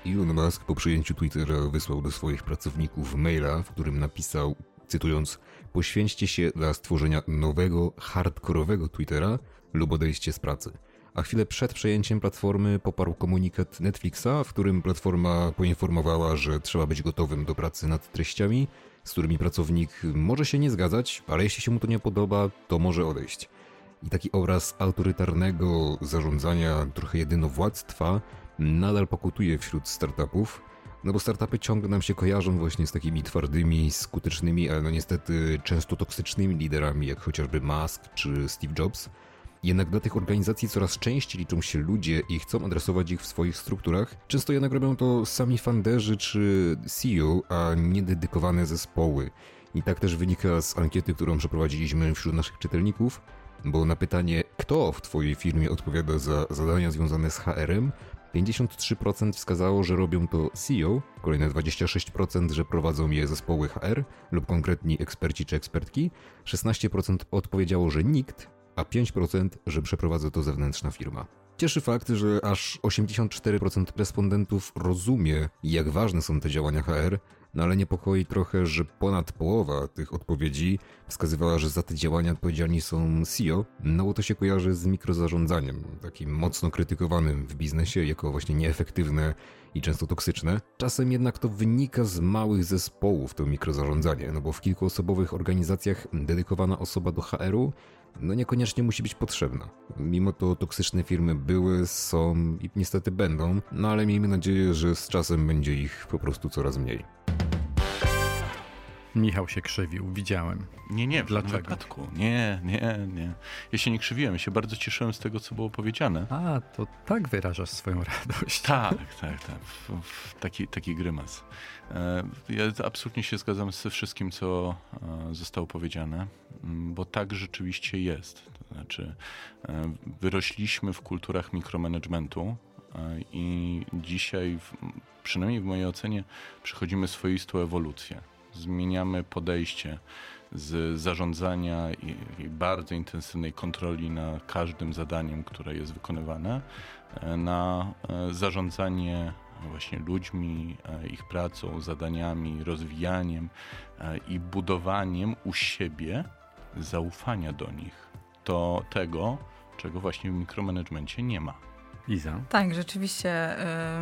Elon Musk po przejęciu Twittera wysłał do swoich pracowników maila, w którym napisał, cytując: poświęćcie się dla stworzenia nowego, hardkorowego Twittera lub odejście z pracy. A chwilę przed przejęciem platformy poparł komunikat Netflixa, w którym platforma poinformowała, że trzeba być gotowym do pracy nad treściami, z którymi pracownik może się nie zgadzać, ale jeśli się mu to nie podoba, to może odejść. I taki obraz autorytarnego zarządzania, trochę jedynowładztwa nadal pokutuje wśród startupów, no bo startupy ciągle nam się kojarzą właśnie z takimi twardymi, skutecznymi, ale no niestety często toksycznymi liderami, jak chociażby Musk czy Steve Jobs. Jednak dla tych organizacji coraz częściej liczą się ludzie i chcą adresować ich w swoich strukturach. Często jednak robią to sami founderzy czy CEO, a nie dedykowane zespoły. I tak też wynika z ankiety, którą przeprowadziliśmy wśród naszych czytelników, bo na pytanie, kto w Twojej firmie odpowiada za zadania związane z HR-em, 53% wskazało, że robią to CEO, kolejne 26%, że prowadzą je zespoły HR lub konkretni eksperci czy ekspertki, 16% odpowiedziało, że nikt, a 5%, że przeprowadza to zewnętrzna firma. Cieszy fakt, że aż 84% respondentów rozumie, jak ważne są te działania HR, no ale niepokoi trochę, że ponad połowa tych odpowiedzi wskazywała, że za te działania odpowiedzialni są CEO, no bo to się kojarzy z mikrozarządzaniem, takim mocno krytykowanym w biznesie jako właśnie nieefektywne i często toksyczne. Czasem jednak to wynika z małych zespołów, to mikrozarządzanie, no bo w kilkuosobowych organizacjach dedykowana osoba do HR-u no niekoniecznie musi być potrzebna. Mimo to toksyczne firmy były, są i niestety będą, no ale miejmy nadzieję, że z czasem będzie ich po prostu coraz mniej. Michał się krzywił, widziałem. Nie, w Dlaczego? wypadku. Nie. Ja się nie krzywiłem, ja się bardzo cieszyłem z tego, co było powiedziane. A, to tak wyrażasz swoją radość. Tak. Taki grymas. Ja absolutnie się zgadzam ze wszystkim, co zostało powiedziane, bo tak rzeczywiście jest. To znaczy, wyrośliśmy w kulturach mikromanagementu i dzisiaj, przynajmniej w mojej ocenie, przechodzimy swoistą ewolucję. Zmieniamy podejście z zarządzania i bardzo intensywnej kontroli na każdym zadaniem, które jest wykonywane, na zarządzanie właśnie ludźmi, ich pracą, zadaniami, rozwijaniem i budowaniem u siebie zaufania do nich. To tego, czego właśnie w mikromanagemencie nie ma. Iza? Tak, rzeczywiście.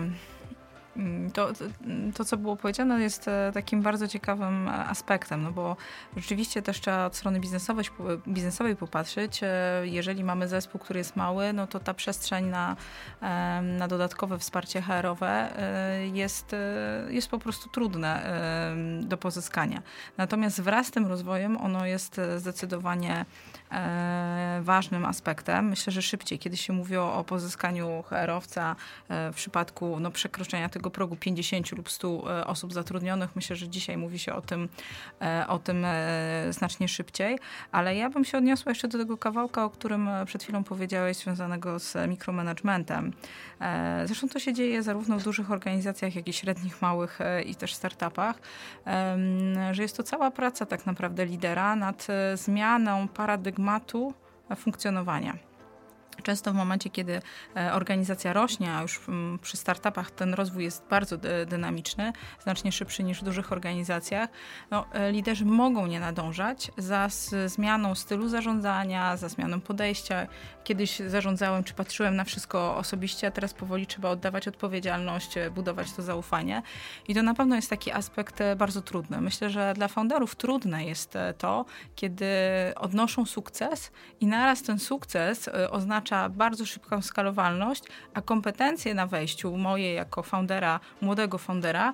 To, co było powiedziane, jest takim bardzo ciekawym aspektem, no bo rzeczywiście też trzeba od strony biznesowej popatrzeć. Jeżeli mamy zespół, który jest mały, no to ta przestrzeń na dodatkowe wsparcie HR-owe jest po prostu trudne do pozyskania. Natomiast wraz z tym rozwojem ono jest zdecydowanie ważnym aspektem. Myślę, że szybciej, kiedy się mówiło o pozyskaniu HR-owca w przypadku przekroczenia tego progu 50 lub 100 osób zatrudnionych, myślę, że dzisiaj mówi się o tym znacznie szybciej, ale ja bym się odniosła jeszcze do tego kawałka, o którym przed chwilą powiedziałeś, związanego z mikromanagementem. Zresztą to się dzieje zarówno w dużych organizacjach, jak i średnich, małych i też startupach, że jest to cała praca tak naprawdę lidera nad zmianą paradygmatu funkcjonowania. Często w momencie, kiedy organizacja rośnie, a już przy startupach ten rozwój jest bardzo dynamiczny, znacznie szybszy niż w dużych organizacjach, liderzy mogą nie nadążać za zmianą stylu zarządzania, za zmianą podejścia. Kiedyś zarządzałem, czy patrzyłem na wszystko osobiście, a teraz powoli trzeba oddawać odpowiedzialność, budować to zaufanie. I to na pewno jest taki aspekt bardzo trudny. Myślę, że dla founderów trudne jest to, kiedy odnoszą sukces i naraz ten sukces oznacza bardzo szybką skalowalność, a kompetencje na wejściu moje jako foundera, młodego foundera,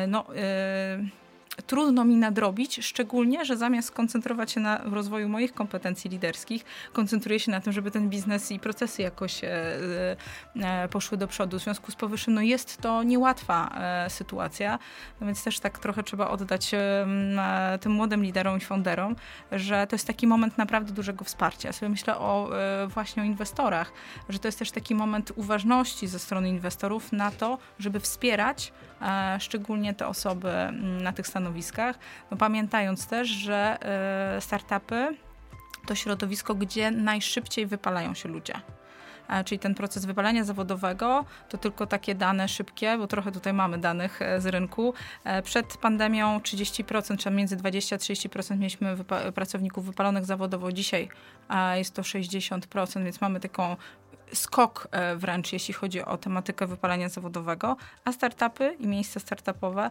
trudno mi nadrobić, szczególnie, że zamiast skoncentrować się na rozwoju moich kompetencji liderskich, koncentruję się na tym, żeby ten biznes i procesy jakoś poszły do przodu. W związku z powyższym jest to niełatwa sytuacja, no więc też tak trochę trzeba oddać tym młodym liderom i founderom, że to jest taki moment naprawdę dużego wsparcia. Ja sobie myślę właśnie o inwestorach, że to jest też taki moment uważności ze strony inwestorów na to, żeby wspierać szczególnie te osoby na tych stanowiskach, pamiętając też, że startupy to środowisko, gdzie najszybciej wypalają się ludzie. czyli ten proces wypalenia zawodowego, to tylko takie dane szybkie, bo trochę tutaj mamy danych z rynku. Przed pandemią 30%, czy między 20-30% mieliśmy pracowników wypalonych zawodowo. Dzisiaj jest to 60%, więc mamy taką skok wręcz, jeśli chodzi o tematykę wypalenia zawodowego, a startupy i miejsca startupowe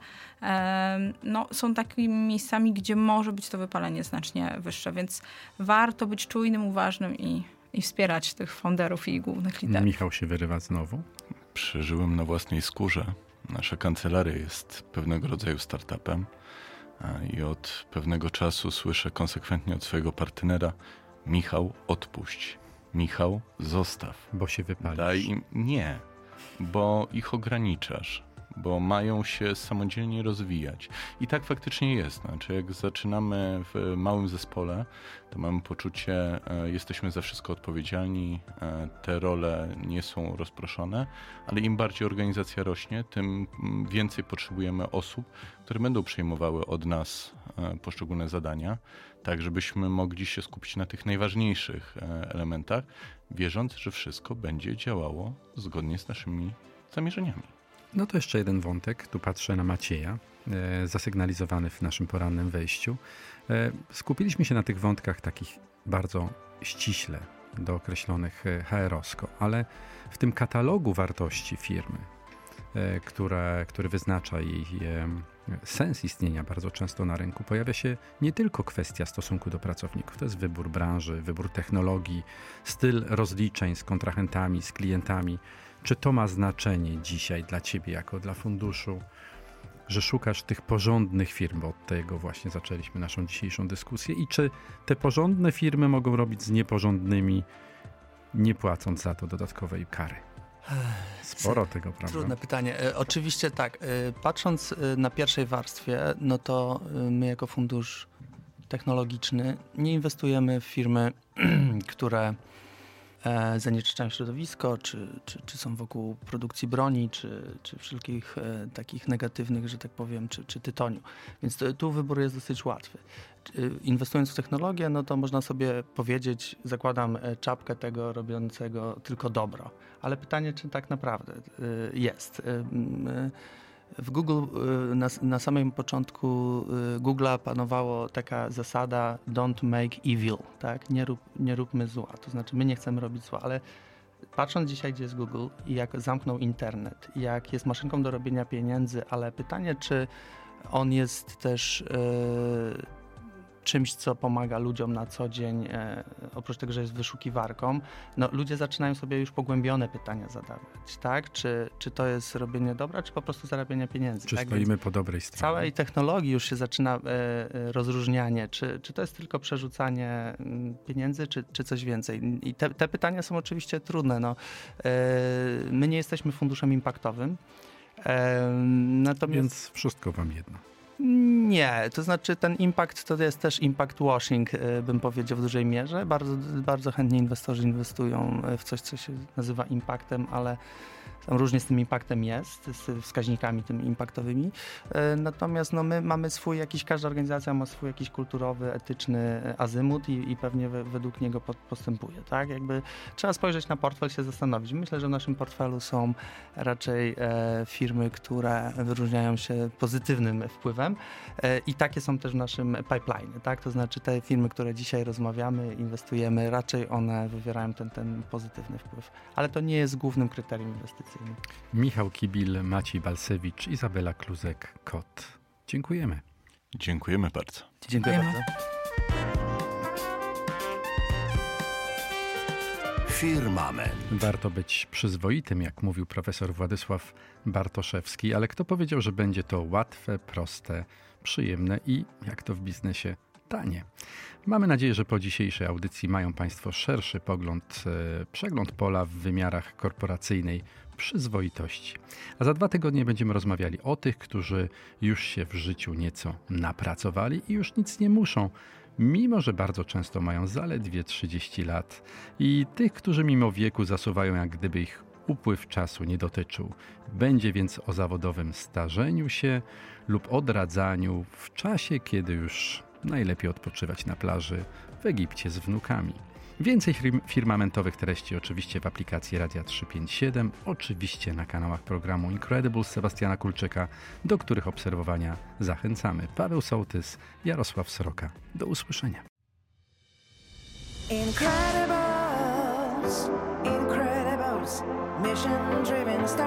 są takimi miejscami, gdzie może być to wypalenie znacznie wyższe, więc warto być czujnym, uważnym i wspierać tych founderów i głównych liderów. Michał się wyrywa znowu. Przeżyłem na własnej skórze. Nasza kancelaria jest pewnego rodzaju startupem i od pewnego czasu słyszę konsekwentnie od swojego partnera: Michał, odpuść. Michał, zostaw. Bo się wypalisz. Daj im... Nie, bo ich ograniczasz, bo mają się samodzielnie rozwijać. I tak faktycznie jest. Znaczy, jak zaczynamy w małym zespole, to mamy poczucie, jesteśmy za wszystko odpowiedzialni, te role nie są rozproszone, ale im bardziej organizacja rośnie, tym więcej potrzebujemy osób, które będą przejmowały od nas poszczególne zadania, tak żebyśmy mogli się skupić na tych najważniejszych elementach, wierząc, że wszystko będzie działało zgodnie z naszymi zamierzeniami. No to jeszcze jeden wątek. Tu patrzę na Macieja, zasygnalizowany w naszym porannym wejściu. Skupiliśmy się na tych wątkach takich bardzo ściśle dookreślonych HR-owsko, ale w tym katalogu wartości firmy, który wyznacza jej sens istnienia bardzo często na rynku, pojawia się nie tylko kwestia stosunku do pracowników. To jest wybór branży, wybór technologii, styl rozliczeń z kontrahentami, z klientami. Czy to ma znaczenie dzisiaj dla ciebie, jako dla funduszu, że szukasz tych porządnych firm, bo od tego właśnie zaczęliśmy naszą dzisiejszą dyskusję, i czy te porządne firmy mogą robić z nieporządnymi, nie płacąc za to dodatkowej kary? Sporo tego, prawda? Trudne pytanie. Oczywiście tak. Patrząc na pierwszej warstwie, no to my jako fundusz technologiczny nie inwestujemy w firmy, które zanieczyszczają środowisko, czy są wokół produkcji broni, czy wszelkich takich negatywnych, że tak powiem, czy tytoniu. Więc tu wybór jest dosyć łatwy. Inwestując w technologię, no to można sobie powiedzieć, zakładam czapkę tego robiącego tylko dobro. Ale pytanie, czy tak naprawdę jest. W Google na samym początku Google'a panowała taka zasada don't make evil, tak? Nie róbmy zła. To znaczy my nie chcemy robić zła, ale patrząc dzisiaj, gdzie jest Google i jak zamknął internet, jak jest maszynką do robienia pieniędzy, ale pytanie, czy on jest też czymś, co pomaga ludziom na co dzień, oprócz tego, że jest wyszukiwarką, no ludzie zaczynają sobie już pogłębione pytania zadawać, tak? Czy to jest robienie dobra, czy po prostu zarabianie pieniędzy? Czy tak? stoimy po dobrej stronie? Całej technologii już się zaczyna rozróżnianie, czy to jest tylko przerzucanie pieniędzy, czy coś więcej. I te pytania są oczywiście trudne. No. My nie jesteśmy funduszem impaktowym. Więc wszystko wam jedno. Nie, to znaczy ten impact to jest też impact washing, bym powiedział w dużej mierze. Bardzo, bardzo chętnie inwestorzy inwestują w coś, co się nazywa impactem, ale tam różnie z tym impactem jest, z wskaźnikami tymi impactowymi. Natomiast no, my mamy każda organizacja ma swój jakiś kulturowy, etyczny azymut i pewnie według niego postępuje. Tak? Jakby trzeba spojrzeć na portfel, się zastanowić. Myślę, że w naszym portfelu są raczej firmy, które wyróżniają się pozytywnym wpływem i takie są też w naszym pipeline. Tak? To znaczy te firmy, które dzisiaj rozmawiamy, inwestujemy, raczej one wywierają ten pozytywny wpływ. Ale to nie jest głównym kryterium inwestycji. Michał Kibil, Maciej Balsewicz, Izabela Kluzek-Kot. Dziękujemy. Dziękujemy bardzo. Dziękuję bardzo. Firmament. Warto być przyzwoitym, jak mówił profesor Władysław Bartoszewski, ale kto powiedział, że będzie to łatwe, proste, przyjemne i, jak to w biznesie, tanie. Mamy nadzieję, że po dzisiejszej audycji mają Państwo szerszy przegląd pola w wymiarach korporacyjnej przyzwoitości. A za 2 tygodnie będziemy rozmawiali o tych, którzy już się w życiu nieco napracowali i już nic nie muszą, mimo że bardzo często mają zaledwie 30 lat, i tych, którzy mimo wieku zasuwają, jak gdyby ich upływ czasu nie dotyczył. Będzie więc o zawodowym starzeniu się lub odradzaniu w czasie, kiedy już najlepiej odpoczywać na plaży w Egipcie z wnukami. Więcej firmamentowych treści oczywiście w aplikacji Radia 357, oczywiście na kanałach programu Incredibles Sebastiana Kulczyka, do których obserwowania zachęcamy. Paweł Sołtys, Jarosław Sroka. Do usłyszenia. Incredibles, Incredibles, mission driven.